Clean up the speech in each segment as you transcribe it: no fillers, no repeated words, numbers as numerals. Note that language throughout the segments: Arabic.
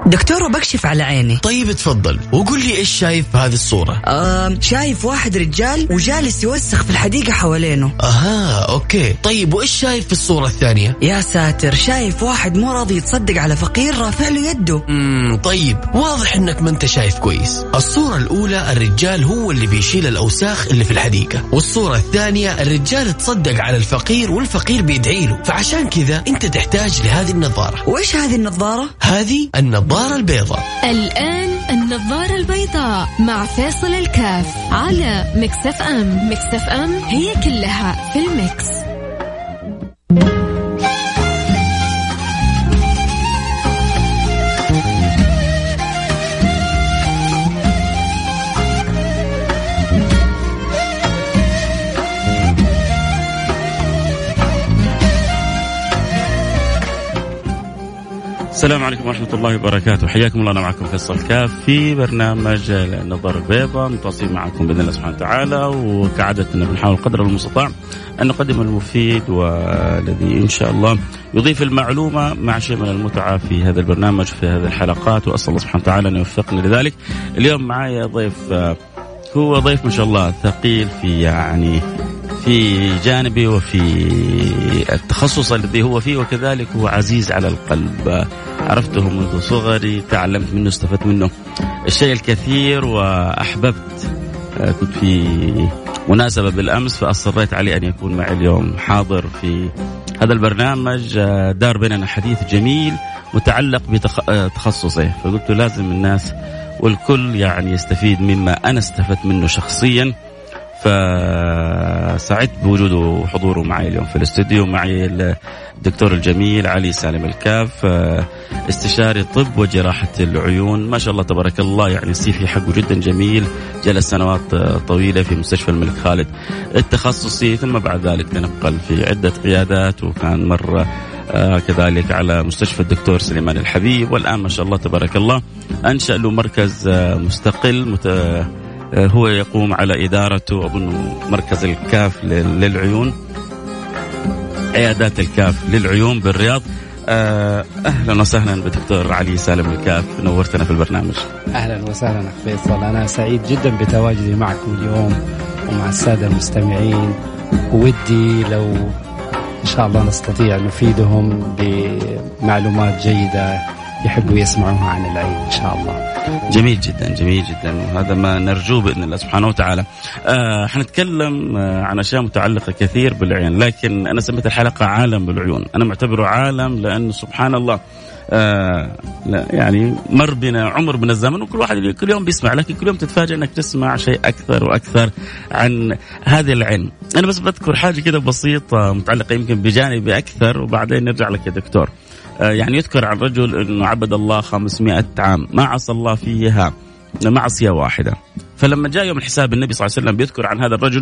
دكتور بكشف على عيني. طيب اتفضل وقول لي ايش شايف بهذه الصورة؟ شايف واحد رجال وجالس يوسخ في الحديقة حوالينه. اوكي. طيب وايش شايف في الصورة الثانية؟ يا ساتر، شايف واحد مو راضي يتصدق على فقير رافع له يده. طيب واضح انك ما انت شايف كويس. الصورة الاولى الرجال هو اللي بيشيل الاوساخ اللي في الحديقة، والصورة الثانية الرجال تصدق على الفقير والفقير بيدعي له، فعشان كذا انت تحتاج لهذه النظارة. وايش هذه النظارة؟ هذه النظارة البيضاء. الآن النظارة البيضاء مع فيصل الكاف على ميكس اف ام. ميكس اف ام هي كلها في الميكس. السلام عليكم ورحمة الله وبركاته. حياكم الله. أنا معكم فيصل كاف في برنامج النظارة البيضاء، متواصلين معكم بإذن الله سبحانه وتعالى، وكعادتنا بنحاول قدر المستطاع أن نقدم المفيد والذي إن شاء الله يضيف المعلومة مع شيء من المتعة في هذا البرنامج في هذه الحلقات، وأسأل الله سبحانه وتعالى أن يوفقنا لذلك. اليوم معايا ضيف، هو ضيف ما شاء الله ثقيل في جانبي وفي التخصص الذي هو فيه، وكذلك هو عزيز على القلب. عرفته منذ صغري، تعلمت منه، استفدت منه الشيء الكثير، وأحببت. كنت في مناسبة بالأمس فأصريت عليه أن يكون معي اليوم حاضر في هذا البرنامج. دار بيننا حديث جميل متعلق بتخصصه، فقلت لازم الناس والكل يعني يستفيد مما أنا استفدت منه شخصيا. فسعدت بوجوده وحضوره معي اليوم في الاستوديو. معي الدكتور الجميل علي سالم الكاف، استشاري طب وجراحة العيون، ما شاء الله تبارك الله، يعني السيفي حقه جدا جميل. جلس سنوات طويلة في مستشفى الملك خالد التخصصي، ثم بعد ذلك تنقل في عدة قيادات، وكان مرة كذلك على مستشفى الدكتور سليمان الحبيب، والآن ما شاء الله تبارك الله أنشأ له مركز مستقل هو يقوم على إدارته، أظن مركز الكاف للعيون، عيادات الكاف للعيون بالرياض. أهلا وسهلا بدكتور علي سالم الكاف، نورتنا في البرنامج. أهلا وسهلا أخ فيصل، أنا سعيد جدا بتواجدي معكم اليوم ومع السادة المستمعين، ودي لو إن شاء الله نستطيع نفيدهم بمعلومات جيدة يحبوا يسمعوها عن العين إن شاء الله. جميل جدا جميل جدا، وهذا ما نرجوه بإذن الله سبحانه وتعالى. حنتكلم عن أشياء متعلقة كثير بالعين، لكن أنا سميت الحلقة عالم بالعيون. أنا معتبره عالم لأنه سبحان الله لا يعني مر بنا عمر من الزمن، وكل واحد كل يوم بيسمع، لكن كل يوم تتفاجئ أنك تسمع شيء أكثر وأكثر عن هذه العين. أنا بس بذكر حاجة كده بسيطة متعلقة يمكن بجانبي أكثر، وبعدين نرجع لك يا دكتور. يعني يذكر عن رجل أنه عبد الله 500 عام ما عصى الله فيها معصية واحدة. فلما جاء يوم الحساب النبي صلى الله عليه وسلم بيذكر عن هذا الرجل،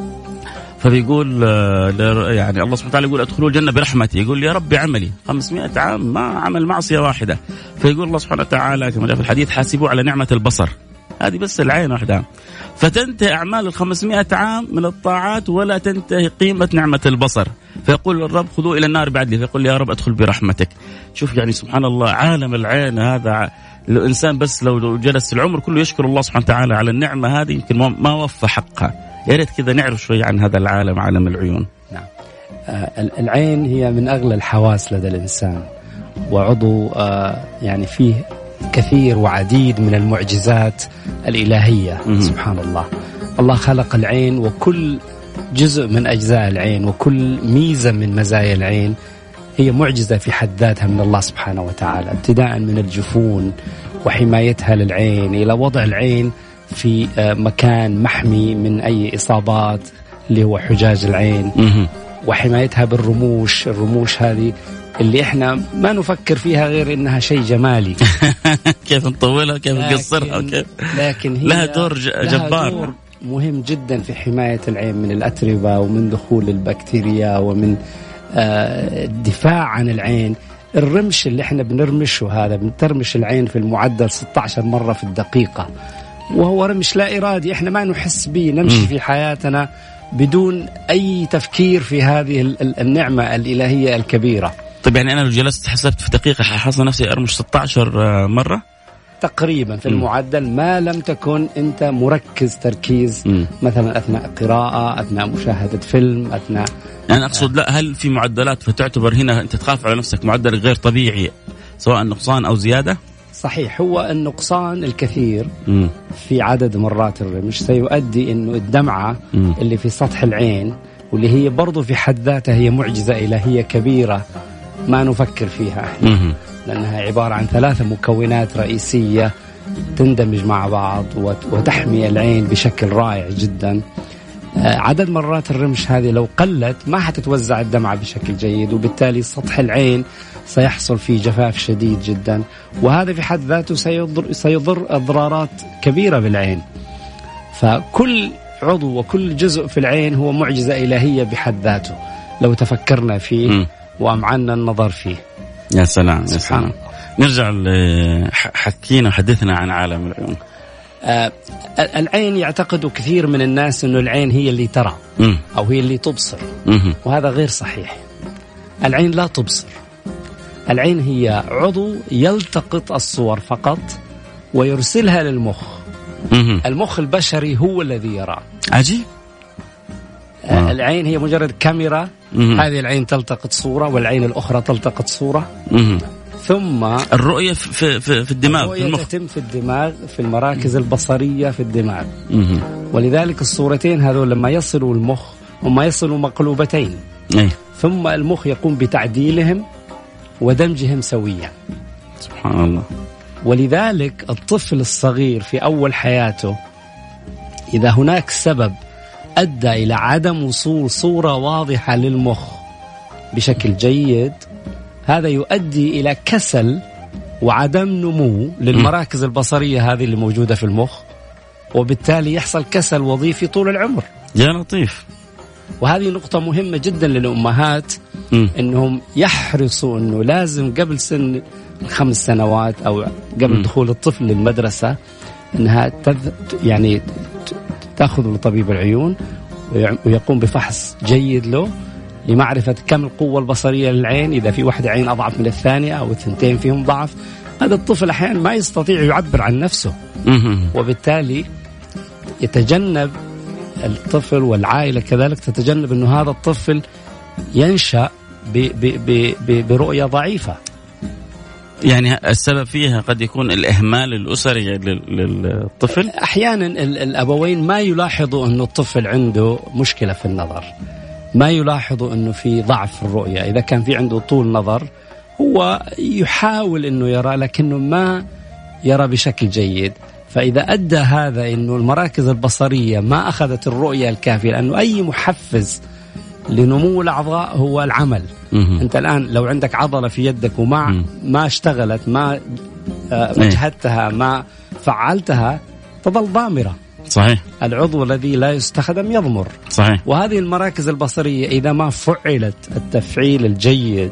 فبيقول يعني الله سبحانه وتعالى يقول ادخلوا الجنة برحمتي. يقول يا رب عملي 500 عام ما عمل معصية واحدة. فيقول الله سبحانه وتعالى كما جاء في الحديث حاسبوا على نعمة البصر، هذه بس العين واحدة، فتنتهي أعمال 500 عام من الطاعات ولا تنتهي قيمة نعمة البصر. فيقول الرب خذوه إلى النار بعدلي، فيقول يا رب أدخل برحمتك. شوف يعني سبحان الله عالم العين هذا، الإنسان بس لو جلس العمر كله يشكر الله سبحانه وتعالى على النعمة هذه يمكن ما وفى حقها. يا ريت كذا نعرف شوي عن هذا العالم، عالم العيون. نعم، العين هي من أغلى الحواس لدى الإنسان، وعضو يعني فيه كثير وعديد من المعجزات الإلهية. سبحان الله، الله خلق العين، وكل جزء من أجزاء العين وكل ميزة من مزايا العين هي معجزة في حد ذاتها من الله سبحانه وتعالى، ابتداء من الجفون وحمايتها للعين إلى وضع العين في مكان محمي من أي إصابات اللي هو حجاج العين، وحمايتها بالرموش. الرموش هذه اللي احنا ما نفكر فيها غير انها شيء جمالي كيف نطولها كيف نقصرها، لكن هي لها دور جبار، دور مهم جدا في حماية العين من الأتربة ومن دخول البكتيريا ومن الدفاع عن العين. الرمش اللي احنا بنرمشه هذا، بنترمش العين في المعدل 16 مرة في الدقيقة، وهو رمش لا إرادي، احنا ما نحس به، نمشي في حياتنا بدون أي تفكير في هذه النعمة الإلهية الكبيرة. طيب يعني أنا لو جلست حسبت في دقيقة حصل نفسي أرمش 16 مرة تقريبا في المعدل، ما لم تكن أنت مركز تركيز مثلا أثناء قراءة، أثناء مشاهدة فيلم، أثناء يعني أقصد لا، هل في معدلات فتعتبر هنا أنت تخاف على نفسك معدل غير طبيعي سواء نقصان أو زيادة؟ صحيح، هو النقصان الكثير في عدد مرات الرمش سيؤدي أنه الدمعة اللي في سطح العين، واللي هي برضو في حد ذاتها هي معجزة إلهية كبيرة ما نفكر فيها احنا، لأنها عبارة عن 3 مكونات رئيسية تندمج مع بعض وتحمي العين بشكل رائع جدا. عدد مرات الرمش هذه لو قلت ما حتتوزع الدمعة بشكل جيد، وبالتالي سطح العين سيحصل فيه جفاف شديد جدا، وهذا في حد ذاته سيضر أضرارات كبيرة بالعين. فكل عضو وكل جزء في العين هو معجزة إلهية بحد ذاته لو تفكرنا فيه وأمعنا النظر فيه. يا سلام يا سلام. نرجع حكينا وحدثنا عن عالم العيون. العين يعتقد كثير من الناس أنه العين هي اللي ترى أو هي اللي تبصر، وهذا غير صحيح. العين لا تبصر، العين هي عضو يلتقط الصور فقط ويرسلها للمخ. المخ البشري هو الذي يرى. عجيب. العين هي مجرد كاميرا، هذه العين تلتقط صورة والعين الأخرى تلتقط صورة، ثم الرؤية في الدماغ، الرؤية في المخ. تتم في الدماغ، في المراكز البصرية في الدماغ. ولذلك الصورتين هذول لما يصلوا المخ هم يصلوا مقلوبتين، ثم المخ يقوم بتعديلهم ودمجهم سويا. سبحان الله. ولذلك الطفل الصغير في أول حياته إذا هناك سبب أدى إلى عدم وصول صورة واضحة للمخ بشكل جيد، هذا يؤدي إلى كسل وعدم نمو للمراكز البصرية هذه اللي موجودة في المخ، وبالتالي يحصل كسل وظيفي طول العمر. يا لطيف. وهذه نقطة مهمة جدا للأمهات، إنهم يحرصوا إنه لازم قبل سن 5 سنوات أو قبل دخول الطفل للمدرسة إنها يعني تأخذ لطبيب العيون ويقوم بفحص جيد له لمعرفة كم القوة البصرية للعين. إذا في واحدة عين أضعف من الثانية أو الثنتين فيهم ضعف، هذا الطفل أحيانا ما يستطيع يعبر عن نفسه، وبالتالي يتجنب الطفل والعائلة كذلك تتجنب أنه هذا الطفل ينشأ برؤية ضعيفة. يعني السبب فيها قد يكون الإهمال الأسري للطفل. أحيانا الأبوين ما يلاحظوا أنه الطفل عنده مشكلة في النظر، ما يلاحظوا أنه في ضعف في الرؤية. إذا كان في عنده طول نظر هو يحاول أنه يرى لكنه ما يرى بشكل جيد. فإذا أدى هذا أنه المراكز البصرية ما أخذت الرؤية الكافية، لأنه أي محفز لنمو الأعضاء هو العمل. أنت الآن لو عندك عضلة في يدك ما اشتغلت، ما وجهتها، ما فعلتها، تظل ضامرة. صحيح. العضو الذي لا يستخدم يضمر. صحيح. وهذه المراكز البصرية إذا ما فعلت التفعيل الجيد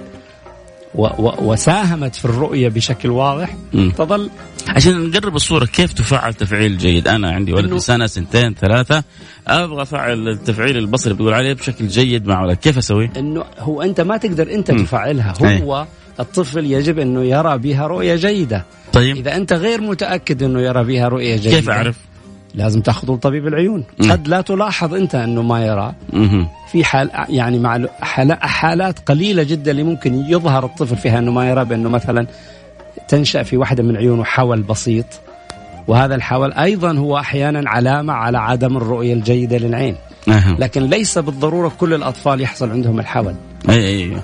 وساهمت في الرؤية بشكل واضح تظل. عشان نقرب الصورة كيف تفعل تفعيل جيد. أنا عندي ولد سنة 2 3 أبغى أفعل التفعيل البصري بيقول عليه بشكل جيد مع ولد، كيف أسوي؟ إنه هو أنت ما تقدر أنت تفعلها، هو الطفل يجب أنه يرى بها رؤية جيدة. طيب إذا أنت غير متأكد أنه يرى بها رؤية جيدة كيف أعرف؟ لازم تأخذه لطبيب العيون. قد لا تلاحظ أنت أنه ما يرى. في حال يعني مع حالات قليلة جدا اللي ممكن يظهر الطفل فيها أنه ما يرى، بأنه مثلا تنشأ في واحدة من عيونه حول بسيط، وهذا الحول أيضا هو أحيانا علامة على عدم الرؤية الجيدة للعين. لكن ليس بالضرورة كل الأطفال يحصل عندهم الحول. أي.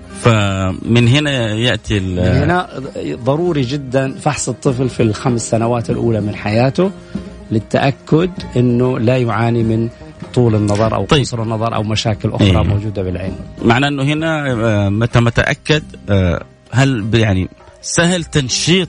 فمن هنا يأتي من هنا ضروري جدا فحص الطفل في ال5 سنوات الأولى من حياته للتأكد أنه لا يعاني من طول النظر أو قصر النظر أو مشاكل أخرى موجودة بالعين. معنى أنه هنا متى ما تأكد هل يعني سهل تنشيط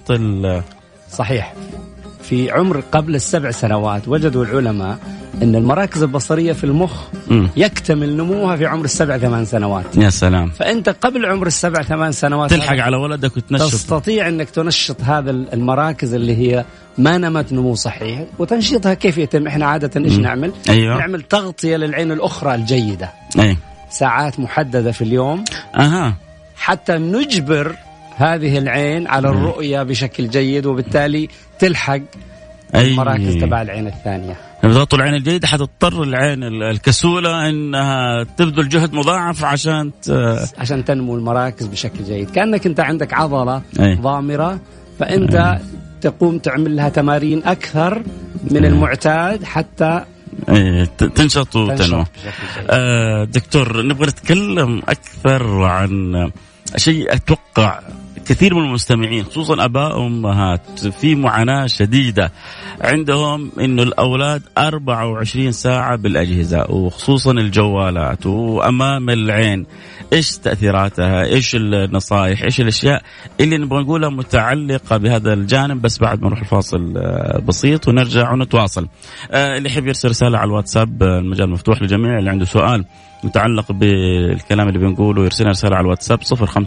صحيح. في عمر قبل 7 سنوات وجدوا العلماء أن المراكز البصرية في المخ يكتمل نموها في عمر 7-8 سنوات. يا سلام. فأنت قبل عمر 7-8 سنوات تلحق على ولدك وتنشط، تستطيع أنك تنشط هذا المراكز اللي هي ما نمت نمو صحيح. وتنشيطها كيف يتم؟ إحنا عادة إيش نعمل؟ أيوة. نعمل تغطية للعين الأخرى الجيدة. أيوة. ساعات محددة في اليوم حتى نجبر هذه العين على الرؤية بشكل جيد، وبالتالي تلحق المراكز تبع العين الثانية. نضغط العين الجيدة حتضطر العين الكسولة إنها تبذل جهد مضاعف عشان تنمو المراكز بشكل جيد. كأنك أنت عندك عضلة ضامرة، فأنت تقوم تعمل لها تمارين أكثر من المعتاد حتى تنشط وتنمو. دكتور، نبغى نتكلم أكثر عن شيء أتوقع كثير من المستمعين خصوصا أباء وأمهات في معاناة شديدة عندهم، إنه الأولاد 24 ساعة بالأجهزة وخصوصا الجوالات وأمام العين. إيش تأثيراتها؟ إيش النصائح؟ إيش الأشياء اللي نبغى نقولها متعلقة بهذا الجانب؟ بس بعد ما نروح الفاصل بسيط ونرجع ونتواصل. اللي يحب يرسل رسالة على الواتساب، المجال مفتوح للجميع. اللي عنده سؤال متعلق بالكلام اللي بنقوله يرسل رسالة على الواتساب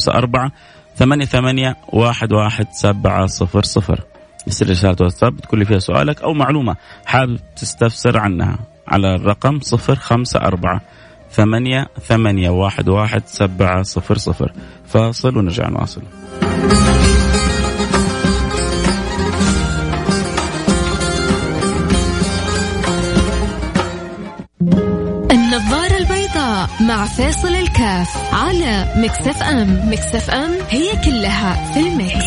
054-88-11700. يرسل رسالة واتساب تقول لي فيها سؤالك أو معلومة حابب تستفسر عنها على الرقم 054-88-11700. فاصل ونرجع نواصل. النظارة البيضاء مع فاصل الكاف على ميكس اف ام. ميكس اف ام هي كلها في الميكس.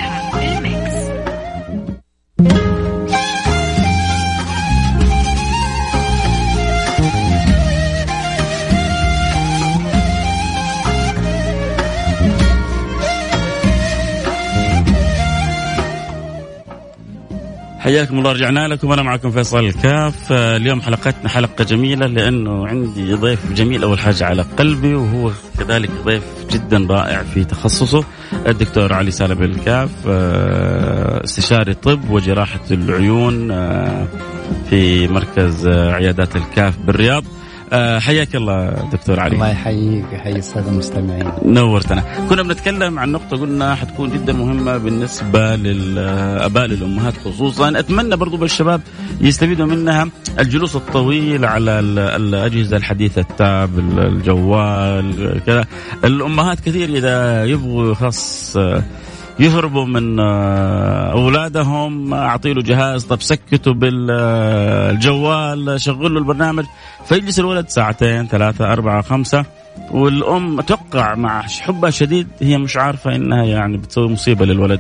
حياكم الله، رجعنا لكم وأنا معكم فيصل الكاف. اليوم حلقتنا حلقة جميلة لأنه عندي ضيف جميل أول حاجة على قلبي، وهو كذلك ضيف جدا رائع في تخصصه، الدكتور علي سالم الكاف، استشاري طب وجراحة العيون في مركز عيادات الكاف بالرياض. حياك الله دكتور علي. الله يحييك ويحيي السادة المستمعين. نورتنا. كنا بنتكلم عن نقطة قلنا حتكون جدا مهمة بالنسبة للآباء للأمهات خصوصا. أتمنى برضو بالشباب يستفيدوا منها. الجلوس الطويل على الأجهزة الحديثة، التاب، الجوال، كذا. الأمهات كثير إذا يبغوا خاص يهربوا من أولادهم، أعطيله جهاز، طب سكتوا بالجوال، شغلوا البرنامج، فيجلس الولد ساعتين 3 4 5، والأم أتوقع مع حبها شديد هي مش عارفة إنها يعني بتسوي مصيبة للولد.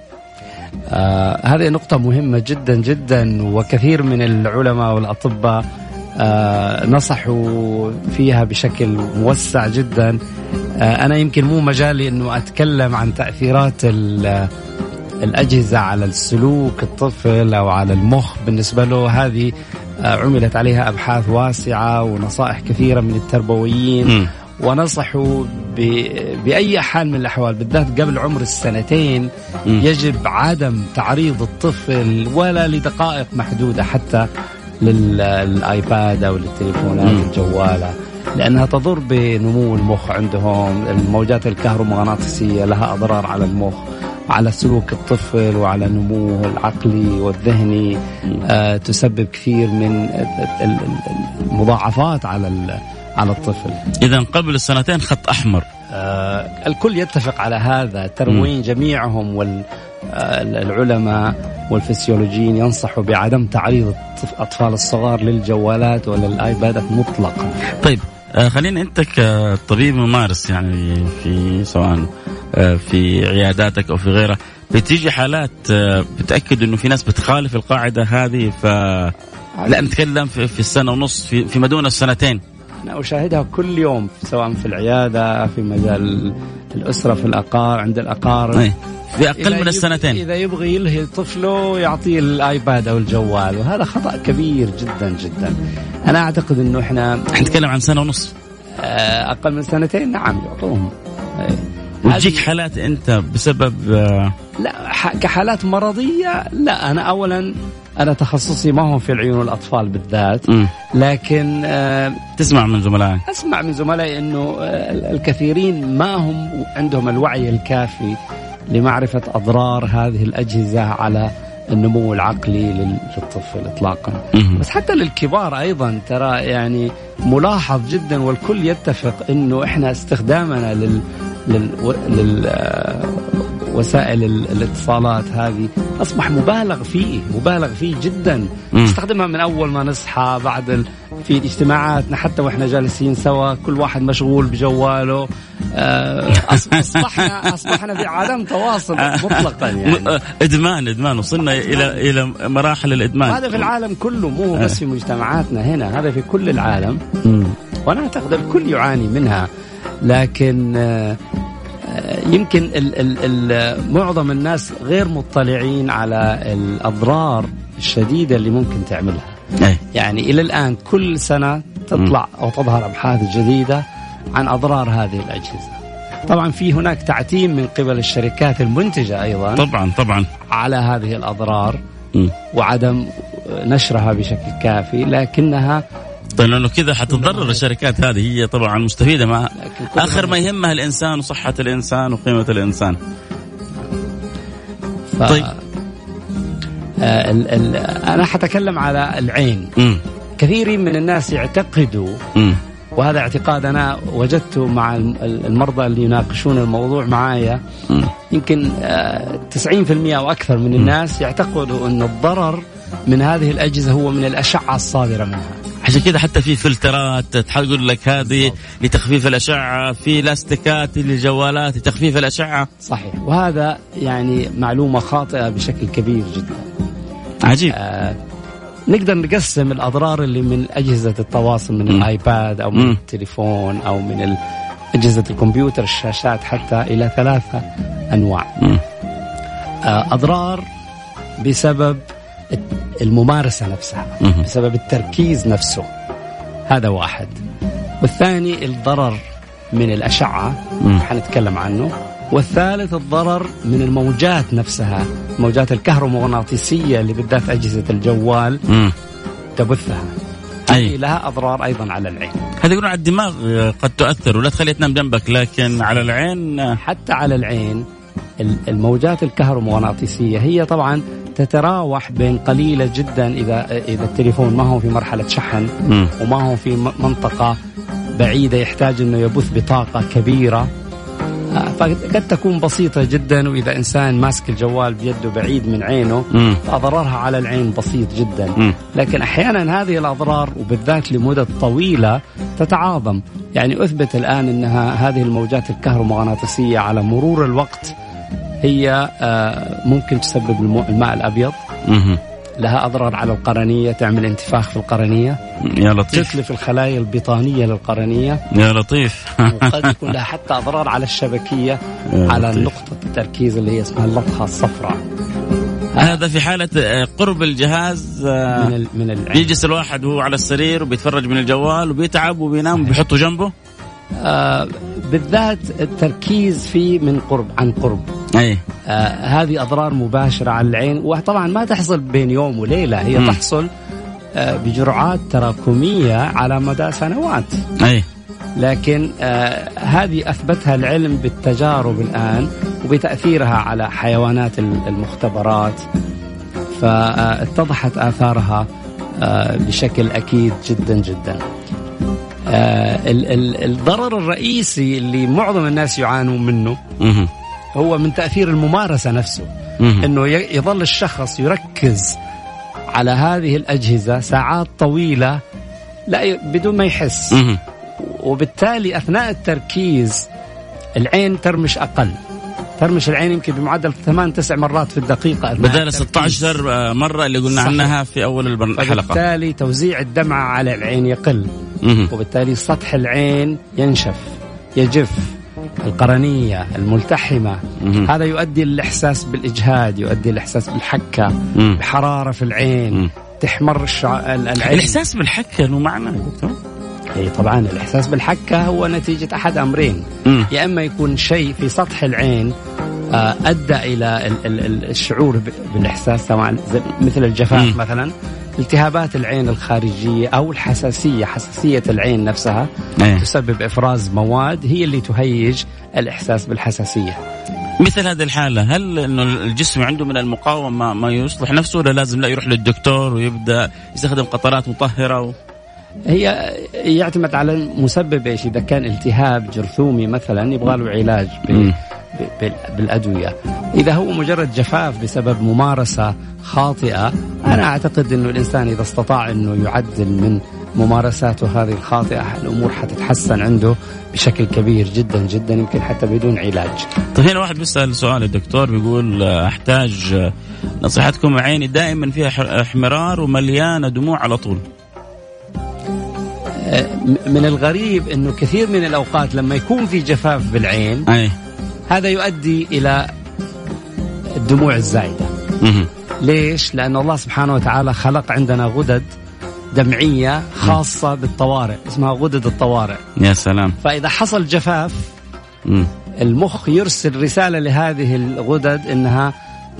هذه نقطة مهمة جدا جدا، وكثير من العلماء والأطباء نصحوا فيها بشكل موسع جدا. أنا يمكن مو مجالي أنه أتكلم عن تأثيرات الأجهزة على السلوك الطفل أو على المخ بالنسبة له. هذه عملت عليها أبحاث واسعة ونصائح كثيرة من التربويين، ونصحوا بأي حال من الأحوال بالذات قبل عمر 2 يجب عدم تعريض الطفل ولا لدقائق محدودة حتى للآيباد أو للتليفونات الجوالة، لأنها تضر بنمو المخ عندهم. الموجات الكهرومغناطيسية لها أضرار على المخ، على سلوك الطفل وعلى نموه العقلي والذهني. تسبب كثير من المضاعفات على الطفل. إذا قبل 2 خط أحمر. الكل يتفق على هذا. التربويين جميعهم والعلماء والفسيولوجيين ينصحوا بعدم تعريض الأطفال الصغار للجوالات ولا الآيبادات مطلقا. طيب خلينا أنت كطبيب ممارس يعني في سواء في عياداتك أو في غيرها، بتيجي حالات بتأكد إنه في ناس بتخالف القاعدة هذه، لا نتكلم في السنة ونص، في ما دون 2. أنا أشاهدها كل يوم سواء في العيادة، في مجال الأسرة، في عند الأقارب، في أقل من 2. إذا يبغى يلهي طفله يعطيه الآيباد أو الجوال، وهذا خطأ كبير جدا جدا. أنا أعتقد إنه إحنا نتكلم عن 1 ونص. أقل من 2 نعم يعطوهم. وتجيك حالات أنت بسبب لا كحالات مرضية لا. أنا تخصصي ما هو في العيون والأطفال بالذات، لكن تسمع من زملائي، أسمع من زملائي إنه الكثيرين ما هم عندهم الوعي الكافي لمعرفة أضرار هذه الأجهزة على النمو العقلي للطفل إطلاقا. بس حتى للكبار أيضا ترى يعني ملاحظ جدا، والكل يتفق إنه إحنا استخدامنا وسائل الاتصالات هذه أصبح مبالغ فيه جدا. نستخدمها من أول ما نصحى، بعد في اجتماعاتنا، حتى وإحنا جالسين سوا كل واحد مشغول بجواله. أصبحنا في عدم تواصل مطلقا يعني. إدمان وصلنا إلى مراحل الإدمان. هذا في العالم كله، مو بس في مجتمعاتنا هنا، هذا في كل العالم. وأنا أعتقد الكل يعاني منها، لكن يمكن معظم الناس غير مطلعين على الأضرار الشديدة اللي ممكن تعملها. يعني إلى الآن كل سنة تطلع أو تظهر أبحاث جديدة عن أضرار هذه الأجهزة. طبعا في هناك تعتيم من قبل الشركات المنتجة أيضا طبعا على هذه الأضرار وعدم نشرها بشكل كافي، لكنها لأنه كذا حتضرر الشركات هذه. هي طبعا مستفيدة، ما آخر ما يهمها الإنسان وصحة الإنسان وقيمة الإنسان. طيب أنا حتكلم على العين. كثير من الناس يعتقدوا، وهذا اعتقاد أنا وجدته مع المرضى اللي يناقشون الموضوع معايا، يمكن 90% أو أكثر من الناس يعتقدوا أن الضرر من هذه الأجهزة هو من الأشعة الصادرة منها. عشان كده حتى في فلترات تقول لك هذه لتخفيف الأشعة، في لاستيكات للجوالات لتخفيف الأشعة. صحيح، وهذا يعني معلومة خاطئة بشكل كبير جدا. عجيب. نقدر نقسم الأضرار اللي من أجهزة التواصل، من الآيباد أو من التليفون أو من أجهزة الكمبيوتر، الشاشات، حتى إلى 3 أنواع. أضرار بسبب الممارسة نفسها، بسبب التركيز نفسه، هذا واحد. والثاني الضرر من الأشعة، حنتكلم عنه. والثالث الضرر من الموجات نفسها، الموجات الكهرومغناطيسية اللي بالذات أجهزة الجوال تبثها. هذه لها أضرار أيضا على العين. هذا يقولون على الدماغ قد تؤثر، ولا تخلي تنام جنبك، لكن على العين، حتى على العين الموجات الكهرومغناطيسية هي طبعا تتراوح بين قليلة جدا إذا التليفون ما هو في مرحلة شحن وما هو في منطقة بعيدة يحتاج أنه يبث بطاقة كبيرة، فقد تكون بسيطة جدا. وإذا إنسان ماسك الجوال بيده بعيد من عينه فأضرارها على العين بسيط جدا. لكن أحيانا هذه الأضرار وبالذات لمدة طويلة تتعاظم. يعني أثبت الآن أنها هذه الموجات الكهرومغناطيسية على مرور الوقت هي ممكن تسبب الماء الأبيض، لها أضرار على القرنية، تعمل انتفاخ في القرنية، يا لطيف، تتلف الخلايا البطانية للقرنية، يا لطيف. وقد يكون لها حتى أضرار على الشبكية، على نقطة التركيز اللي هي اسمها اللطخة الصفراء. هذا في حالة قرب الجهاز من العين. يجلس الواحد وهو على السرير وبيتفرج من الجوال وبيتعب وبينام وبيحطه جنبه. بالذات التركيز فيه عن قرب. هذه أضرار مباشرة على العين، وطبعا ما تحصل بين يوم وليلة، هي تحصل بجرعات تراكمية على مدى سنوات. لكن هذه أثبتها العلم بالتجارب الآن وبتأثيرها على حيوانات المختبرات، فاتضحت آثارها بشكل أكيد جدا جدا. الضرر الرئيسي اللي معظم الناس يعانون منه هو من تأثير الممارسة نفسه، أنه يظل الشخص يركز على هذه الأجهزة ساعات طويلة بدون ما يحس، وبالتالي أثناء التركيز العين ترمش أقل، ترمش العين يمكن بمعدل 8-9 مرات في الدقيقة بدل 16 مرة اللي قلنا عنها في أول الحلقة. وبالتالي توزيع الدمعة على العين يقل، وبالتالي سطح العين ينشف، يجف، القرنية الملتحمة. هذا يؤدي للإحساس بالإجهاد، يؤدي للإحساس بالحكة، بحرارة في العين، تحمر العين. الإحساس بالحكة له معنى يا دكتور؟ أي طبعا الإحساس بالحكة هو نتيجة أحد أمرين، يا إما يكون شيء في سطح العين أدى إلى الشعور بالإحساس، طبعا مثل الجفاف مثلا، التهابات العين الخارجية أو الحساسية، حساسية العين نفسها تسبب إفراز مواد هي اللي تهيج الإحساس بالحساسية. مثل هذه الحالة، هل إنه الجسم عنده من المقاومة ما يصلح نفسه، ولا لازم لا يروح للدكتور ويبدأ يستخدم قطرات مطهرة هي يعتمد على المسبب ايش. اذا كان التهاب جرثومي مثلا يبغى له علاج بالادويه. اذا هو مجرد جفاف بسبب ممارسه خاطئه، انا اعتقد انه الانسان اذا استطاع انه يعدل من ممارساته هذه الخاطئه الامور حتتحسن عنده بشكل كبير جدا جدا، يمكن حتى بدون علاج. طيب هنا واحد بيسأل سؤال الدكتور، بيقول احتاج نصيحتكم، عيني دائما فيها احمرار ومليانه دموع على طول. من الغريب انه كثير من الاوقات لما يكون في جفاف بالعين هذا يؤدي الى الدموع الزايده. ليش؟ لأن الله سبحانه وتعالى خلق عندنا غدد دمعية خاصة بالطوارئ، اسمها غدد الطوارئ. يا سلام. فإذا حصل جفاف المخ يرسل رسالة لهذه الغدد إنها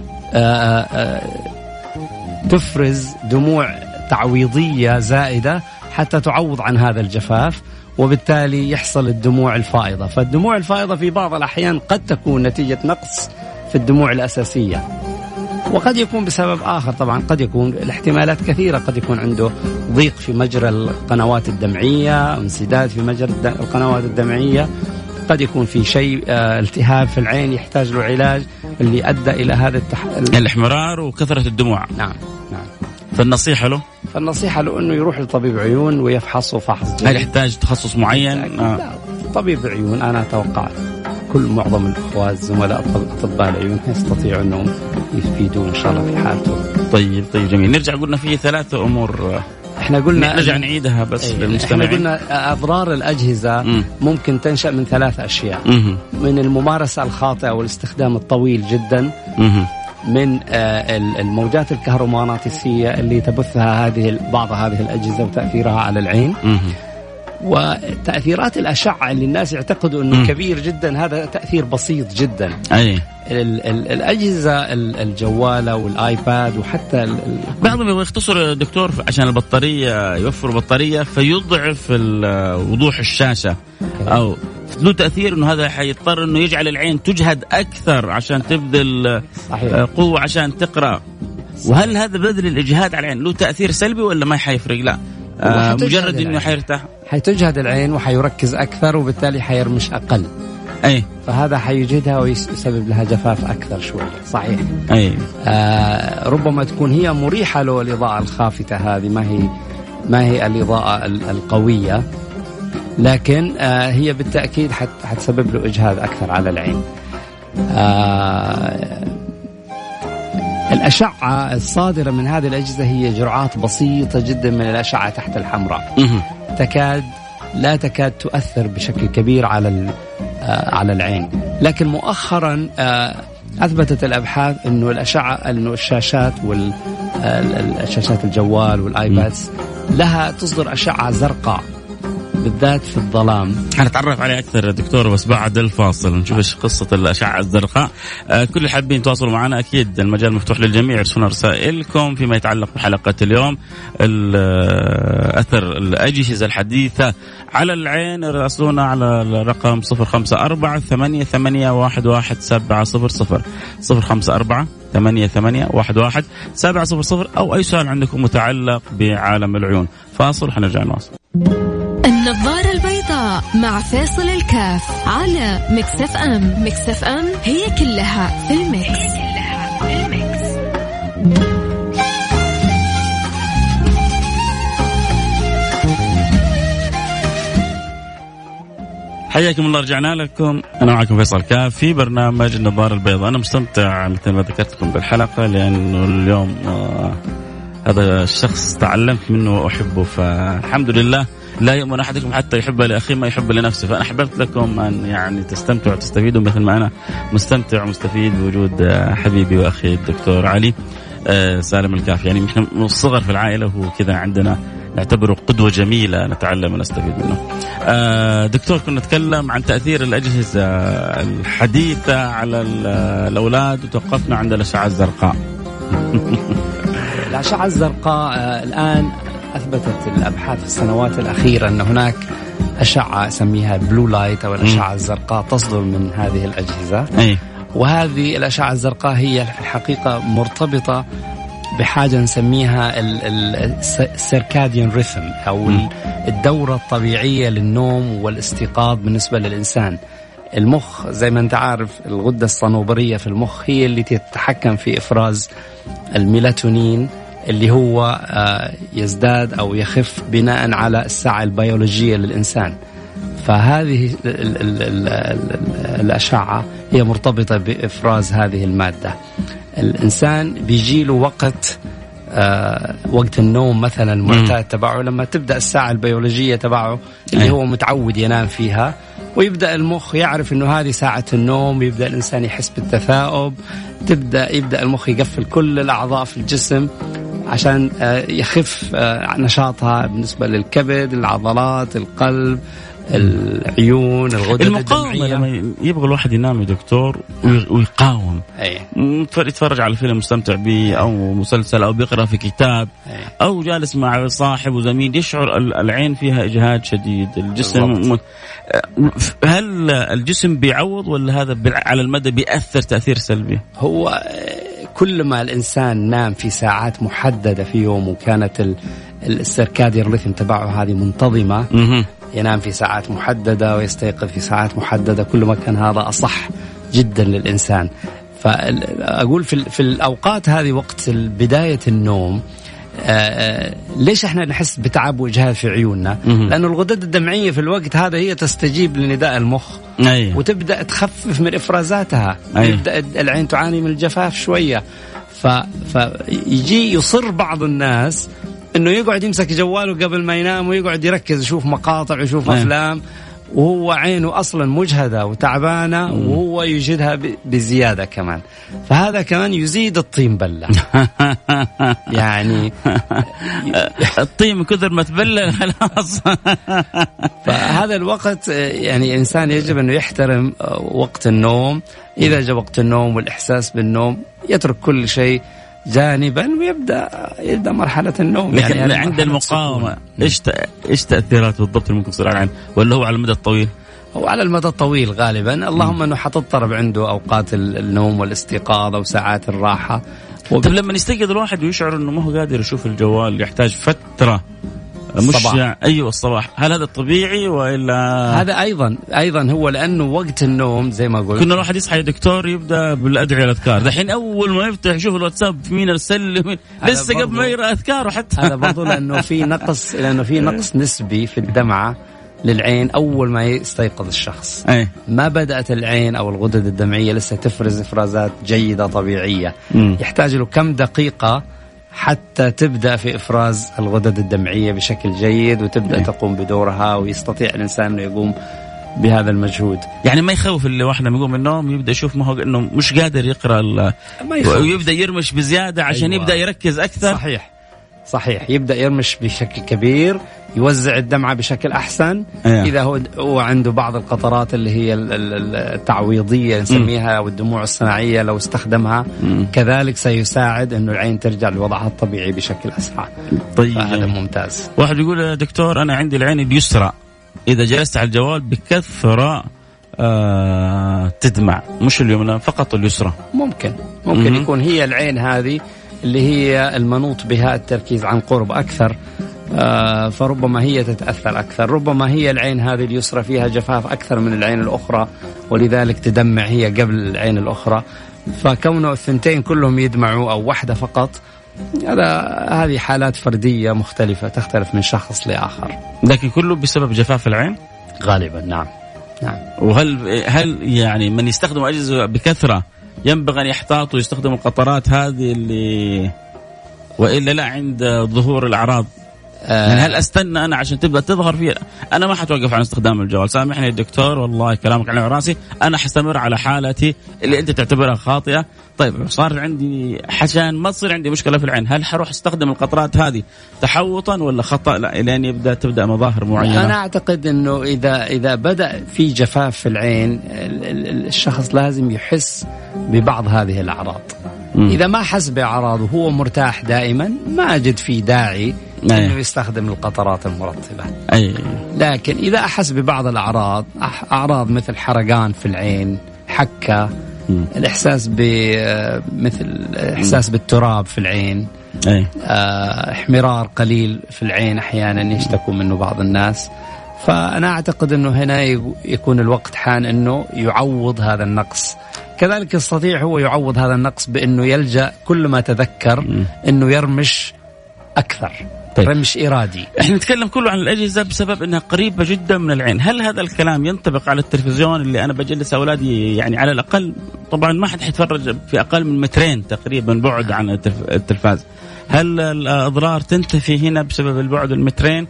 تفرز دموع تعويضية زائدة حتى تعوض عن هذا الجفاف، وبالتالي يحصل الدموع الفائضة. فالدموع الفائضة في بعض الأحيان قد تكون نتيجة نقص في الدموع الأساسية، وقد يكون بسبب آخر. طبعا قد يكون الاحتمالات كثيرة، قد يكون عنده ضيق في مجرى القنوات الدمعية، انسداد في مجرى القنوات الدمعية، قد يكون في شيء التهاب في العين يحتاج له علاج اللي أدى إلى هذا الاحمرار وكثرة الدموع. نعم. فالنصيحة له أنه يروح لطبيب عيون ويفحصه فحص جيد. هل يحتاج تخصص معين؟ لا، طبيب عيون أنا أتوقع معظم الأخوات زملاء أطباء العيون يستطيعوا أنهم يفيدون إن شاء الله في حالته. طيب جميل. نرجع قلنا فيه 3 أمور احنا قلنا نرجع نعيدها بس للمستمعين. احنا قلنا أضرار الأجهزة ممكن تنشأ من 3 أشياء. من الممارسة الخاطئة والاستخدام الطويل جدا، من الموجات الكهرومغناطيسية اللي تبثها بعض هذه الأجهزة وتأثيرها على العين، وتأثيرات الأشعة اللي الناس يعتقدوا أنه كبير جدا، هذا تأثير بسيط جدا. الأجهزة الجوالة والآيباد وحتى بعضهم يبغى يختصر دكتور عشان البطارية، يوفر بطارية فيضعف وضوح الشاشة، أو له تأثير أنه هذا حيضطر أنه يجعل العين تجهد أكثر عشان تبذل قوة عشان تقرأ. وهل هذا بذل الإجهاد على العين له تأثير سلبي ولا ما حيفرق؟ لا، مجرد انه حيرتاح، حيتجهد العين وحيركز اكثر وبالتالي حيرمش اقل. فهذا حيجهدها ويسبب لها جفاف اكثر شويه. صحيح. ربما تكون هي مريحه له الاضاءه الخافته هذه، ما هي الاضاءه القويه، لكن هي بالتاكيد حتسبب له اجهاد اكثر على العين. الأشعة الصادرة من هذه الأجهزة هي جرعات بسيطة جدا من الأشعة تحت الحمراء، لا تكاد تؤثر بشكل كبير على العين. لكن مؤخرا أثبتت الأبحاث إنه الشاشات والشاشات الجوال والآيبادز لها تصدر أشعة زرقاء بالذات في الظلام. حنتعرف عليه أكثر دكتور بس بعد الفاصل نشوف إيش قصة الأشعة الزرقاء. كل اللي حابين يتواصلوا معنا أكيد المجال مفتوح للجميع، ارسلوا رسائلكم فيما يتعلق بحلقة اليوم. أثر الأجهزة الحديثة على العين ارسلونا على الرقم 0548811700 0548811700 أو أي سؤال عندكم متعلق بعالم العيون. فاصل حنرجع نواصل. النظارة البيضاء مع فاصل الكاف على ميكس اف ام. ميكس اف ام هي كلها في الميكس. حياكم الله، رجعنا لكم. أنا معكم فيصل كاف في برنامج النظارة البيضاء. أنا مستمتع مثل ما ذكرت لكم بالحلقة لأنه اليوم هذا الشخص تعلمت منه وأحبه، فالحمد لله. لا يؤمن أحدكم حتى يحب لأخيه ما يحب لنفسه. فأنا حببت لكم أن يعني تستمتعوا وتستفيدوا مثل ما أنا مستمتع ومستفيد بوجود حبيبي وأخي الدكتور علي سالم الكاف. يعني إحنا من الصغر في العائلة وكذا عندنا نعتبره قدوة جميلة نتعلم ونستفيد منه. دكتور كنا نتكلم عن تأثير الأجهزة الحديثة على الأولاد وتوقفنا عند الأشعة الزرقاء. الأشعة الزرقاء الآن أثبتت الأبحاث في السنوات الأخيرة أن هناك أشعة أسميها بلو لايت أو الأشعة الزرقاء تصدر من هذه الأجهزة. وهذه الأشعة الزرقاء هي في الحقيقة مرتبطة بحاجة نسميها السيركاديان ريثم أو الدورة الطبيعية للنوم والاستيقاظ بالنسبة للإنسان. المخ زي ما أنت عارف الغدة الصنوبرية في المخ هي اللي تتحكم في إفراز الميلاتونين اللي هو يزداد أو يخف بناء على الساعة البيولوجية للإنسان. فهذه الأشعة هي مرتبطة بإفراز هذه المادة. الإنسان بيجيله وقت النوم مثلا المعتاد تبعه لما تبدأ الساعة البيولوجية تبعه اللي هو متعود ينام فيها، ويبدأ المخ يعرف إنه هذه ساعة النوم، يبدأ الإنسان يحس بالتثاؤب، يبدأ المخ يقفل كل الأعضاء في الجسم عشان يخف نشاطها بالنسبة للكبد، العضلات، القلب، العيون، الغدد المقاومة. لما يبغى الواحد ينام يا دكتور ويقاوم، يتفرج على فيلم مستمتع به أو مسلسل أو بيقرأ في كتاب أو جالس مع صاحب وزميل، يشعر العين فيها إجهاد شديد، الجسم هل الجسم بيعوض ولا هذا على المدى بيأثر تأثير سلبي؟ هو كل ما الإنسان نام في ساعات محددة في يوم وكانت السيركاديان ريثم تبعه هذه منتظمة، ينام في ساعات محددة ويستيقظ في ساعات محددة، كل ما كان هذا أصح جدا للإنسان. فأقول في الأوقات هذه وقت بداية النوم ليش احنا نحس بتعب وإجهاد في عيوننا؟ لأنه الغدد الدمعية في الوقت هذا هي تستجيب لنداء المخ وتبدأ تخفف من إفرازاتها، يبدأ العين تعاني من الجفاف شوية. فيجي يصر بعض الناس انه يقعد يمسك جواله قبل ما ينام ويقعد يركز يشوف مقاطع ويشوف افلام وهو عينه اصلا مجهده وتعبانه وهو يجهدها بزياده كمان، فهذا كمان يزيد الطين بله. يعني الطين كثر ما تبلل خلاص. فهذا الوقت يعني الانسان يجب انه يحترم وقت النوم. اذا جاء وقت النوم والاحساس بالنوم يترك كل شيء جانبا ويبدأ مرحلة النوم. لكن يعني عند المقاومة إيش تأثيرات بالضبط اللي ممكن تصير على العين، ولا هو على المدى الطويل؟ هو على المدى الطويل غالبا، اللهم أنه حتضطرب عنده أوقات النوم والاستيقاظ أو ساعات الراحة. طب لما يستيقظ الواحد ويشعر أنه ما هو قادر يشوف الجوال، يحتاج فترة الصباح. أيوة الصباح، هل هذا طبيعي وإلا؟ هذا أيضا هو لأنه وقت النوم زي ما قلت كنا الواحد يصحى يا دكتور يبدأ بالأدعية الأذكار، دحين أول ما يفتح يشوف الواتساب مين أرسل لسه قبل ما يقرأ أذكاره حتى. هذا برضو لأنه في نقص نسبي في الدمعة للعين أول ما يستيقظ الشخص. ما بدأت العين أو الغدد الدمعية لسه تفرز إفرازات جيدة طبيعية. يحتاج له كم دقيقة حتى تبدأ في إفراز الغدد الدمعية بشكل جيد وتبدأ تقوم بدورها، ويستطيع الإنسان أنه يقوم بهذا المجهود. يعني ما يخوف اللي واحد لما يقوم من النوم يبدأ يشوف ما هو إنه مش قادر يقرأ ويبدأ يرمش بزيادة عشان يبدأ يركز أكثر. صحيح يبدأ يرمش بشكل كبير، يوزع الدمعة بشكل أحسن. إذا هو عنده بعض القطرات اللي هي التعويضية نسميها أو الدموع الصناعية لو استخدمها كذلك سيساعد إنه العين ترجع لوضعها الطبيعي بشكل أسرع. طيب هذا ممتاز. واحد يقول يا دكتور أنا عندي العين اليسرى إذا جلست على الجوال بكثرة تدمع، مش اليمنى فقط اليسرى. ممكن يكون هي العين هذه اللي هي المنوط بها التركيز عن قرب أكثر، فربما هي تتأثر أكثر. ربما هي العين هذه اليسرى فيها جفاف أكثر من العين الأخرى ولذلك تدمع هي قبل العين الأخرى، فكونه الثنتين كلهم يدمعوا أو واحدة فقط هذه حالات فردية مختلفة تختلف من شخص لآخر، لكن كله بسبب جفاف العين غالبا. نعم. وهل يعني من يستخدم أجهزة بكثرة ينبغي أن يحتاط ويستخدم القطرات هذه اللي وإلا لا عند ظهور الأعراض؟ يعني هل أستنى أنا عشان تبدأ تظهر فيها؟ أنا ما حتوقف عن استخدام الجوال، سامحني يا دكتور والله كلامك على راسي، أنا حستمر على حالتي اللي أنت تعتبرها خاطئة. طيب صار عندي عشان ما تصير عندي مشكلة في العين، هل حروح استخدم القطرات هذه تحوطا ولا خطأ لا لين تبدأ مظاهر معينة؟ أنا أعتقد إنه إذا بدأ في جفاف في العين الشخص لازم يحس ببعض هذه الأعراض. إذا ما حس بأعراض وهو مرتاح دائما ما أجد في داعي إنه يستخدم القطرات المرطبة. لكن إذا أحس ببعض الأعراض، أعراض مثل حرقان في العين، حكة، الإحساس مثل إحساس بالتراب في العين، احمرار قليل في العين أحيانا يشتكوا منه بعض الناس. فأنا أعتقد أنه هنا يكون الوقت حان أنه يعوض هذا النقص. كذلك يستطيع هو يعوض هذا النقص بأنه يلجأ كل ما تذكر أنه يرمش أكثر. طيب. رمش إرادي. احنا نتكلم كله عن الأجهزة بسبب أنها قريبة جدا من العين. هل هذا الكلام ينطبق على التلفزيون اللي أنا بجلس أولادي يعني على الأقل، طبعا ما حد حيتفرج في أقل من 2 متر تقريبا بعد عن التلفاز، هل الأضرار تنتفي هنا بسبب البعد 2 متر؟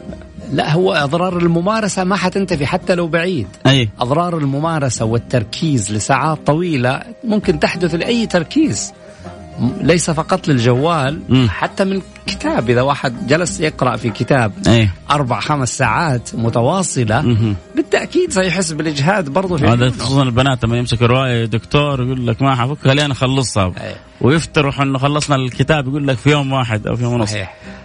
لا، هو أضرار الممارسة ما حتنتفي حتى لو بعيد. أضرار الممارسة والتركيز لساعات طويلة ممكن تحدث لأي تركيز، ليس فقط للجوال. حتى من كتاب، إذا واحد جلس يقرأ في كتاب 4-5 ساعات متواصلة بالتأكيد سيحس بالإجهاد برضو. هذا خصوصا البنات لما يمسك الرواية دكتور يقول لك ما حفك خلينا نخلصها، ويفترح أنه خلصنا الكتاب يقول لك في يوم واحد أو في يوم ونص.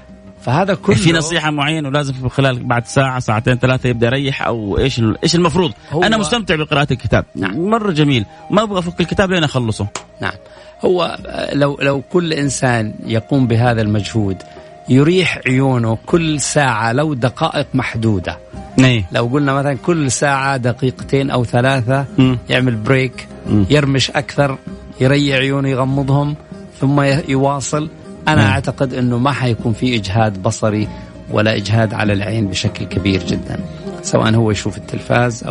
فهذا كله في نصيحة معينة ولازم في خلال بعد ساعة 2-3 يبدأ يريح، أو إيش المفروض؟ أنا مستمتع بقراءة الكتاب. نعم. مرة جميل، ما أبغى أفك الكتاب لين أخلصه. نعم. هو لو كل إنسان يقوم بهذا المجهود يريح عيونه كل ساعة لو دقائق محدودة. لو قلنا مثلا كل ساعة 2 أو 3 يعمل بريك، يرمش أكثر، يريح عيونه يغمضهم ثم يواصل. أنا أعتقد أنه ما حيكون في إجهاد بصري ولا إجهاد على العين بشكل كبير جدا، سواء هو يشوف التلفاز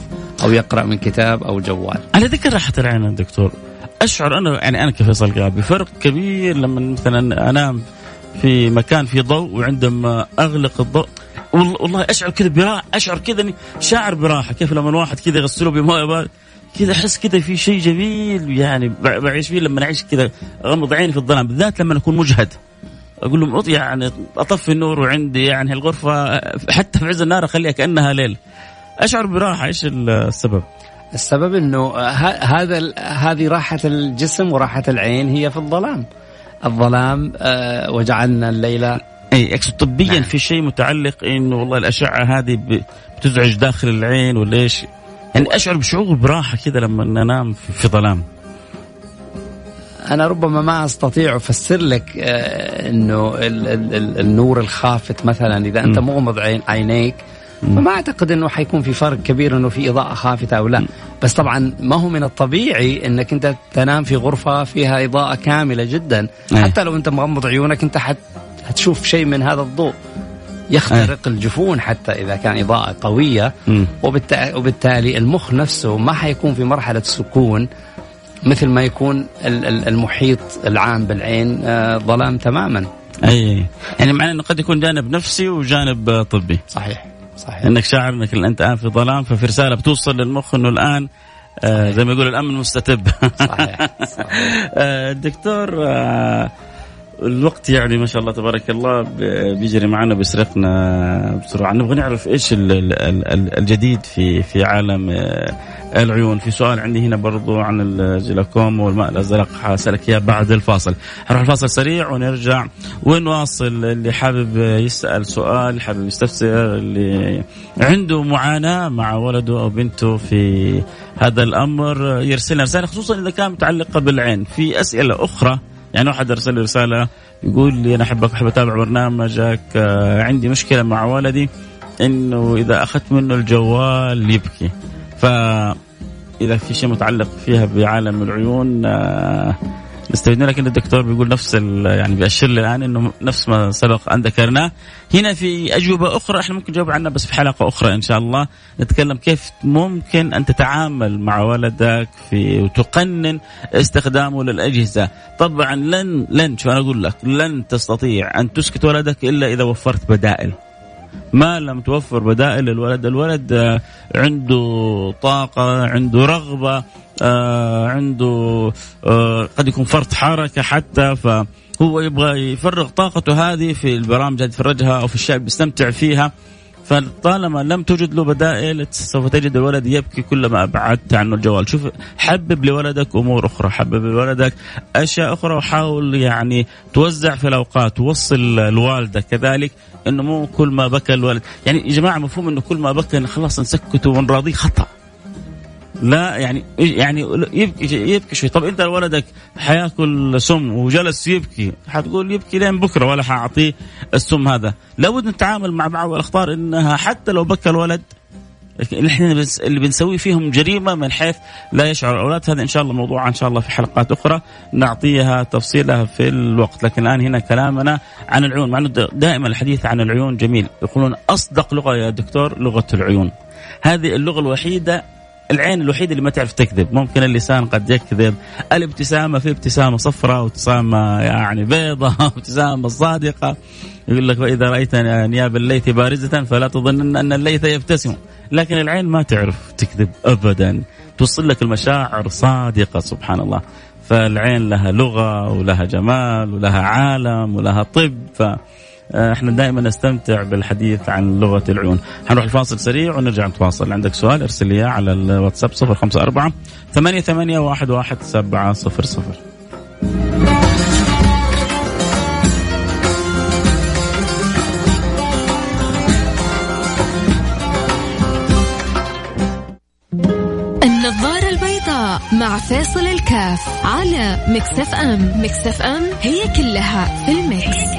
أو يقرأ من كتاب أو جوال. على ذكر راحة العين دكتور، أشعر أنا كفيصل قابي فرق كبير لما مثلا أنام في مكان فيه ضوء وعندما أغلق الضوء والله أشعر كذا براحة، أشعر كذا شاعر براحة. كيف لما الواحد كذا يغسله بماء بارد كذا أحس كذا في شيء جميل يعني بعيش فيه لما أعيش كذا غمض عيني في الظلام، بالذات لما أكون مجهد. أقول لهم يعني أطفي النور وعندي يعني الغرفة حتى في عز النار أخليها كأنها ليل، أشعر براحة. إيش السبب؟ السبب إنه هذه راحة الجسم وراحة العين هي في الظلام. وجعلنا الليلة أقصد طبيا. نعم. في شيء متعلق إنه والله الأشعة هذه بتزعج داخل العين ولا إيش؟ يعني أشعر بشعور براحة كذا لما أنام في ظلام. أنا ربما ما أستطيع أفسر لك إنه النور الخافت مثلا إذا أنت مغمض عينيك، فما أعتقد أنه حيكون في فرق كبير أنه في إضاءة خافتة أو لا. بس طبعا ما هو من الطبيعي أنك أنت تنام في غرفة فيها إضاءة كاملة جدا. حتى لو أنت مغمض عيونك أنت هتشوف شيء من هذا الضوء يخترق الجفون حتى إذا كان إضاءة قوية. وبالتالي المخ نفسه ما حيكون في مرحلة سكون مثل ما يكون المحيط العام بالعين ظلام تماما. يعني معناه أنه قد يكون جانب نفسي وجانب طبي. صحيح. انك شاعر انك انت الان في ظلام، ففي رساله بتوصل للمخ انه الان زي ما يقول الامن مستتب. صحيح. دكتور، الوقت يعني ما شاء الله تبارك الله بيجري معنا بيسرقنا بسرعه. نبغى نعرف ايش الجديد في عالم العيون. في سؤال عندي هنا برضو عن الجلاكوما والماء الازرق حاسالك اياه بعد الفاصل. هنروح الفاصل سريع ونرجع ونواصل. اللي حابب يسال سؤال، حابب يستفسر، اللي عنده معاناه مع ولده او بنته في هذا الامر يرسلنا رساله، خصوصا اذا كان متعلقه بالعين. في اسئله اخرى، يعني واحد أرسل لي رسالة يقول لي أنا أحب أتابع برنامجك، عندي مشكلة مع ولدي إنه إذا أخذت منه الجوال يبكي. فإذا في شيء متعلق فيها بعالم العيون نستفيد. لكن الدكتور بيقول نفس يعني بيأشر لي الآن إنه نفس ما سبق أن ذكرناه. هنا في أجوبة أخرى إحنا ممكن نجاوب عنها بس في حلقة أخرى إن شاء الله. نتكلم كيف ممكن أن تتعامل مع ولدك وتقنن استخدامه للأجهزة. طبعا لن شو أنا أقول لك، لن تستطيع أن تسكت ولدك إلا إذا وفرت بدائل. ما لم توفر بدائل الولد عنده طاقة، عنده رغبة، عنده قد يكون فرط حركة حتى، فهو يبغى يفرغ طاقته هذه في البرامج اللي يتفرجها أو في الشيء بيستمتع فيها. فطالما لم توجد له بدائل سوف تجد الولد يبكي كلما أبعدت عنه الجوال. شوف، حبب لولدك أمور أخرى، حبب لولدك أشياء أخرى، وحاول يعني توزع في الأوقات. توصل الوالدة كذلك إنه مو كل ما بكى الولد، يعني يا جماعة مفهوم إنه كل ما بكى خلاص نسكته ونراضيه خطأ. لا يعني يبكي شوي. طب انت ولدك حياكل سم وجلس يبكي، حتقول يبكي لين بكره ولا حاعطيه السم هذا. لابد نتعامل مع بعض الاخطار انها حتى لو بكى الولد احنا اللي بنسويه فيهم جريمه من حيث لا يشعر الاولاد. هذا ان شاء الله موضوع ان شاء الله في حلقات اخرى نعطيها تفصيلها في الوقت. لكن الان هنا كلامنا عن العيون، مع انه دائما الحديث عن العيون جميل. يقولون اصدق لغه يا دكتور لغه العيون. هذه اللغه الوحيده، العين الوحيدة اللي ما تعرف تكذب. ممكن اللسان قد يكذب، الابتسامة في ابتسامة صفراء وابتسامة يعني بيضة وابتسامة صادقة. يقول لك وإذا رأيت نياب الليث بارزة فلا تظن أن الليث يبتسم. لكن العين ما تعرف تكذب أبدا، توصل لك المشاعر صادقة سبحان الله. فالعين لها لغة ولها جمال ولها عالم ولها طب. احنا دائما نستمتع بالحديث عن لغة العيون. هنروح الفاصل سريع ونرجع نتواصل. عندك سؤال ارسل لي على الواتساب 054-88-11700. النظارة البيضاء مع فاصل الكاف على مكسف أم. مكسف أم هي كلها في الميكس.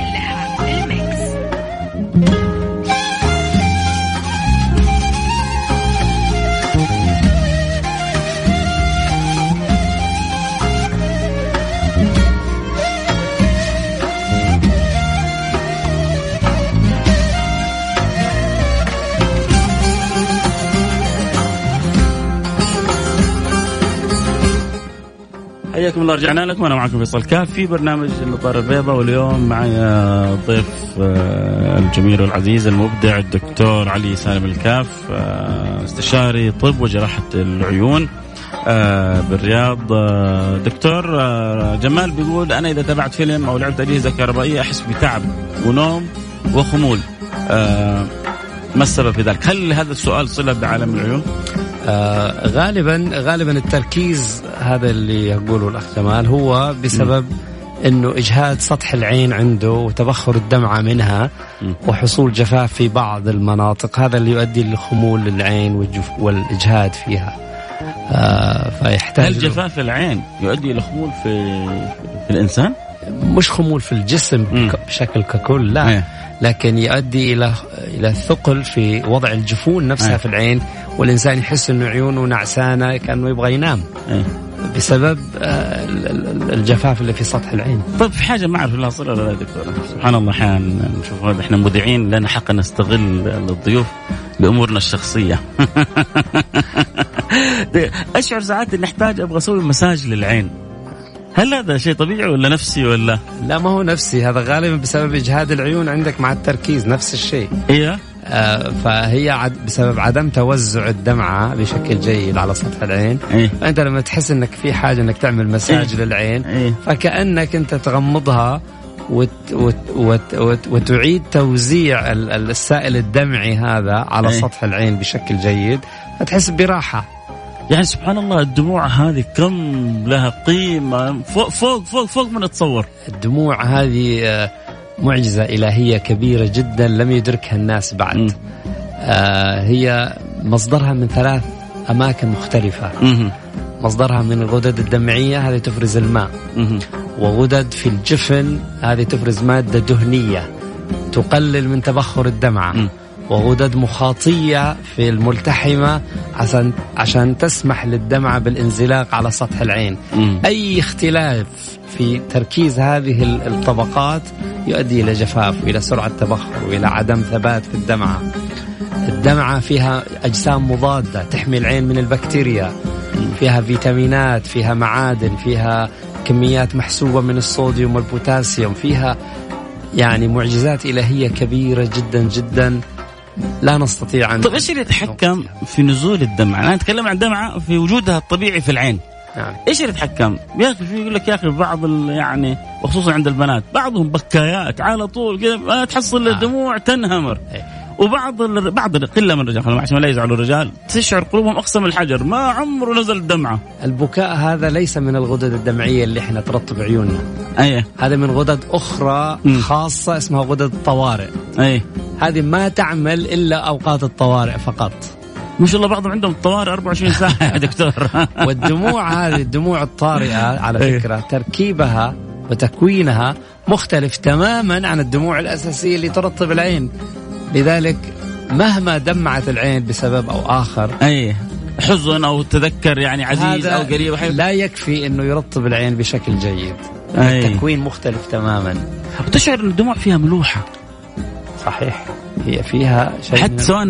حياكم الله، رجعنا لكم. أنا معكم فيصل كاف في برنامج النظارة البيضاء، واليوم معي ضيف الجميل والعزيز المبدع الدكتور علي سالم الكاف، استشاري طب وجراحة العيون بالرياض. دكتور جمال بيقول أنا إذا تابعت فيلم أو لعبت أجهزة كهربائية أحس بتعب ونوم وخمول، ما السبب في ذلك؟ هل هذا السؤال صلة بعالم العيون؟ غالبا التركيز هذا اللي يقوله الأخ جمال هو بسبب أنه إجهاد سطح العين عنده وتبخر الدمعة منها وحصول جفاف في بعض المناطق، هذا اللي يؤدي لخمول العين والإجهاد فيها. فيحتاج. هل جفاف العين يؤدي إلى خمول في الإنسان؟ مش خمول في الجسم بشكل ككل، لا، لكن يؤدي إلى ثقل في وضع الجفون نفسها في العين، والإنسان يحس إنه عيونه نعسانة كأنه يبغى ينام بسبب الجفاف اللي في سطح العين. طيب في حاجة ما أعرف لها صلة ولا لا دكتور؟ سبحان الله أحيانا نشوف هذا، إحنا مذيعين لنا حق نستغل الضيوف لأمورنا الشخصية. أشعر ساعات إن نحتاج أبغى أسوي مساج للعين، هل هذا شيء طبيعي ولا نفسي ولا؟ لا، ما هو نفسي، هذا غالبا بسبب إجهاد العيون عندك مع التركيز، نفس الشيء. إيه. فهي بسبب عدم توزع الدمعة بشكل جيد على سطح العين. فأنت لما تحس إنك في حاجة إنك تعمل مساج للعين، فكأنك أنت تغمضها وتعيد توزيع السائل الدمعي هذا على سطح العين بشكل جيد، فتحس براحة. يعني سبحان الله الدموع هذه كم لها قيمة فوق ما نتصور. الدموع هذه معجزة إلهية كبيرة جدا لم يدركها الناس بعد. هي مصدرها من 3 أماكن مختلفة. مصدرها من الغدد الدمعية، هذه تفرز الماء، وغدد في الجفن هذه تفرز مادة دهنية تقلل من تبخر الدمعة، وغدد مخاطية في الملتحمة عشان تسمح للدمعة بالانزلاق على سطح العين. أي اختلاف في تركيز هذه الطبقات يؤدي إلى جفاف وإلى سرعة تبخر وإلى عدم ثبات في الدمعة. الدمعة فيها أجسام مضادة تحمي العين من البكتيريا، فيها فيتامينات، فيها معادن، فيها كميات محسوبة من الصوديوم والبوتاسيوم، فيها يعني معجزات إلهية كبيرة جدا جدا لا نستطيع أن. طيب إيش اللي يتحكم في نزول الدمعة؟ أنا أتكلم عن الدمعة في وجودها الطبيعي في العين. يعني. إيش اللي يتحكم؟ يا أخي يقول لك يا أخي بعض يعني وخصوصا عند البنات بعضهم بكايات على طول كذا ما تحصل الدموع تنهمر. وبعض قلة من الرجال عشان لا يزعلوا الرجال تشعر قلوبهم أقسى من الحجر ما عمره نزل الدمعة. البكاء هذا ليس من الغدد الدمعية اللي احنا ترطب عيوننا. هذا من غدد أخرى خاصة اسمها غدد الطوارئ. أيه. هذه ما تعمل إلا أوقات الطوارئ فقط. ما شاء الله بعضهم عندهم طوارئ 24 ساعة يا دكتور. والدموع هذه الدموع الطارئة على فكرة تركيبها وتكوينها مختلف تماما عن الدموع الأساسية اللي ترطب العين. لذلك مهما دمعت العين بسبب أو آخر، أي حزن أو تذكر يعني عزيز أو قريب، لا يكفي أنه يرطب العين بشكل جيد. التكوين مختلف تماما. وتشعر أن الدموع فيها ملوحة. صحيح، هي فيها شيء حتى سواء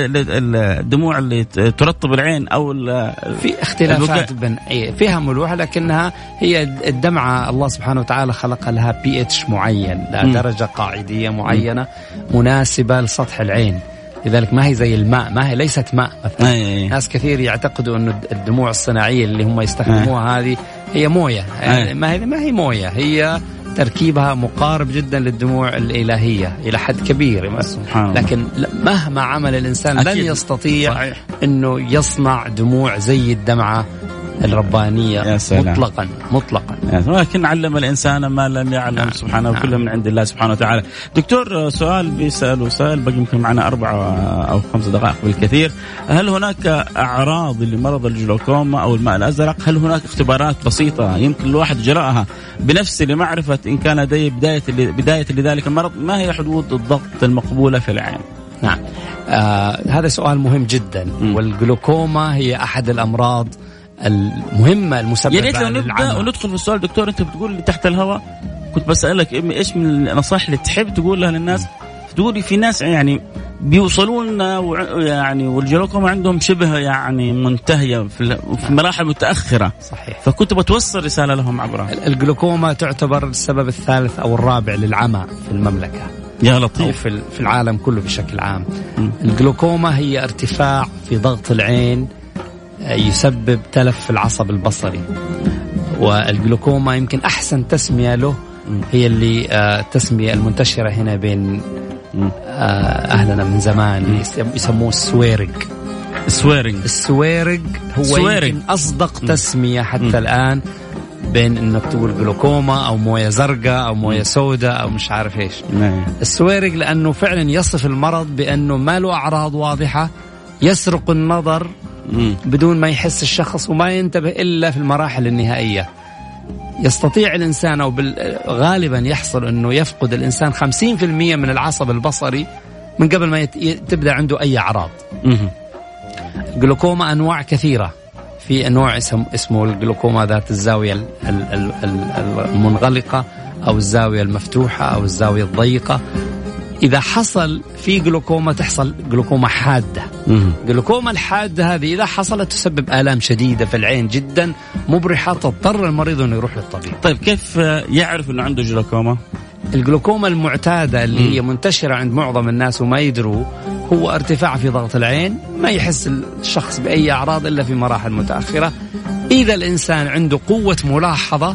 الدموع اللي ترطب العين أو في اختلافات بين فيها ملوحة، لكنها هي الدمعة الله سبحانه وتعالى خلق لها pH معين، لها درجة قاعدية معينة مناسبة لسطح العين. لذلك ما هي زي الماء، ما هي ليست ماء مثلا. ناس كثير يعتقدوا أن الدموع الصناعية اللي هم يستخدموها هذه هي موية. ما هي موية، هي تركيبها مقارب جدا للدموع الإلهية إلى حد كبير. لكن مهما عمل الإنسان لن يستطيع صحيح. أنه يصنع دموع زي الدمعة الربانية مطلقا. ولكن علم الإنسان ما لم يعلم سبحانه، وكله من عند الله سبحانه وتعالى. دكتور، سؤال بيسأله سؤال باقي يمكن معنا 4 أو 5 دقائق بالكثير. هل هناك أعراض لمرض الجلوكوما أو الماء الأزرق؟ هل هناك اختبارات بسيطة يمكن الواحد جرأها بنفسه لمعرفة إن كان بداية لذلك المرض؟ ما هي حدود الضغط المقبولة في العين؟ نعم، هذا سؤال مهم جدا. والجلوكوما هي أحد الأمراض المهمة المسببة. يا ريت لو نبدأ وندخل في السؤال. دكتور، أنت بتقول لي تحت الهواء كنت بسألك إيش من النصائح اللي تحب تقولها للناس؟ تقولي في ناس يعني بيوصلون يعني والجلوكوما عندهم شبه يعني منتهية في مراحل متأخرة. صحيح. فكنت بتوصل رسالة لهم عبرها. الجلوكوما تعتبر السبب الثالث أو الرابع للعمى في المملكة. يا لطيف. أو في العالم كله بشكل عام. الجلوكوما هي ارتفاع في ضغط العين يسبب تلف في العصب البصري. والجلوكوما يمكن أحسن تسمية له هي اللي التسمية المنتشرة هنا بين أهلنا من زمان، يسموه السويرج. هو يمكن أصدق تسمية حتى الآن بين إنك تقول جلوكوما أو موية زرقاء أو موية سوداء أو مش عارف إيش. السويرج لأنه فعلا يصف المرض بأنه ما له أعراض واضحة، يسرق النظر بدون ما يحس الشخص وما ينتبه إلا في المراحل النهائية. يستطيع الإنسان أو غالبا يحصل أنه يفقد الإنسان 50% من العصب البصري من قبل ما تبدأ عنده أي أعراض. الجلوكوما أنواع كثيرة. في نوع اسمه الجلوكوما ذات الزاوية المنغلقة أو الزاوية المفتوحة أو الزاوية الضيقة. إذا حصل في جلوكوما تحصل جلوكوما حادة. جلوكوما الحادة هذه إذا حصلت تسبب آلام شديدة في العين جدا مبرحة، تضطر المريض أنه يروح للطبيب. طيب كيف يعرف أنه عنده جلوكوما؟ الجلوكوما المعتادة اللي هي منتشرة عند معظم الناس وما يدروا هو ارتفاع في ضغط العين، ما يحس الشخص بأي أعراض إلا في مراحل متأخرة. إذا الإنسان عنده قوة ملاحظة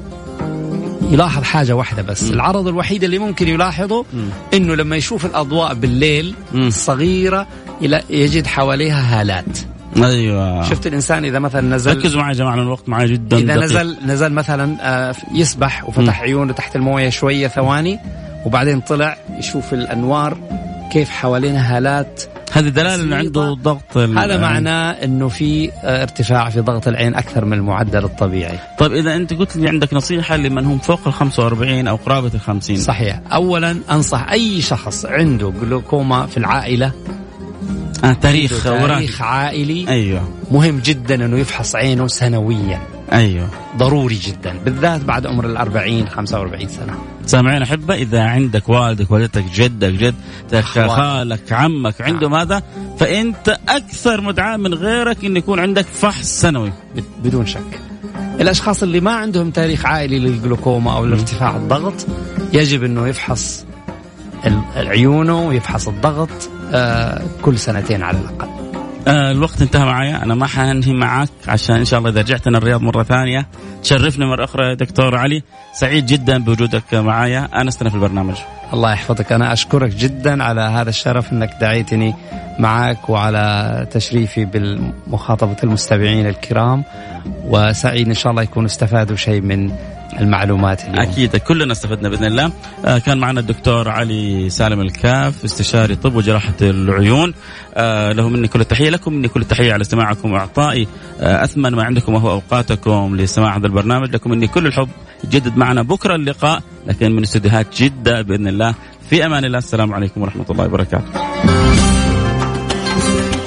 يلاحظ حاجة واحدة بس. العرض الوحيد اللي ممكن يلاحظه إنه لما يشوف الأضواء بالليل صغيرة يجد حواليها هالات. أيوة. شفت الإنسان إذا مثلا نزل، ركزوا معي يا جماعة الوقت معي جدا. إذا نزل مثلا يسبح وفتح عيونه تحت الموية شوية ثواني وبعدين طلع يشوف الأنوار كيف حوالينها هالات، هذه دلالة إنه عنده ضغط. هذا معناه إنه في ارتفاع في ضغط العين أكثر من المعدل الطبيعي. طيب إذا أنت قلت لي عندك نصيحة لمن هم فوق 45 أو قرابة 50. صحيح. أولا أنصح أي شخص عنده جلوكوما في العائلة تاريخ عائلي. أيوه. مهم جدا أنه يفحص عينه سنويا. أيوه. ضروري جدا بالذات بعد عمر 40-45 سنة. سامعين أحبة، إذا عندك والدك والدتك جدك خالك عمك عنده ماذا، فأنت أكثر مدعاة من غيرك أن يكون عندك فحص سنوي بدون شك. الأشخاص اللي ما عندهم تاريخ عائلي للجلوكوما أو الارتفاع الضغط يجب أنه يفحص عيونه ويفحص الضغط كل 2 على الأقل. الوقت انتهى معايا، أنا ما حنهي معك عشان إن شاء الله إذا رجعتنا الرياض مرة ثانية تشرفنا مرة أخرى يا دكتور علي. سعيد جدا بوجودك معايا، أنستنا في البرنامج. الله يحفظك، أنا أشكرك جدا على هذا الشرف أنك دعيتني معك وعلى تشريفي بالمخاطبة المستمعين الكرام، وسعيد إن شاء الله يكونوا استفادوا شيء من المعلومات اليوم. أكيد كلنا استفدنا بإذن الله. كان معنا الدكتور علي سالم الكاف، استشاري طب وجراحة العيون. له مني كل التحية، لكم مني كل التحية على استماعكم وإعطائي أثمن ما عندكم وهو أوقاتكم لسماع هذا البرنامج. لكم مني كل الحب. جدد معنا بكرة اللقاء، لكن من استديوهات جدة بإذن الله. في أمان الله. السلام عليكم ورحمة الله وبركاته.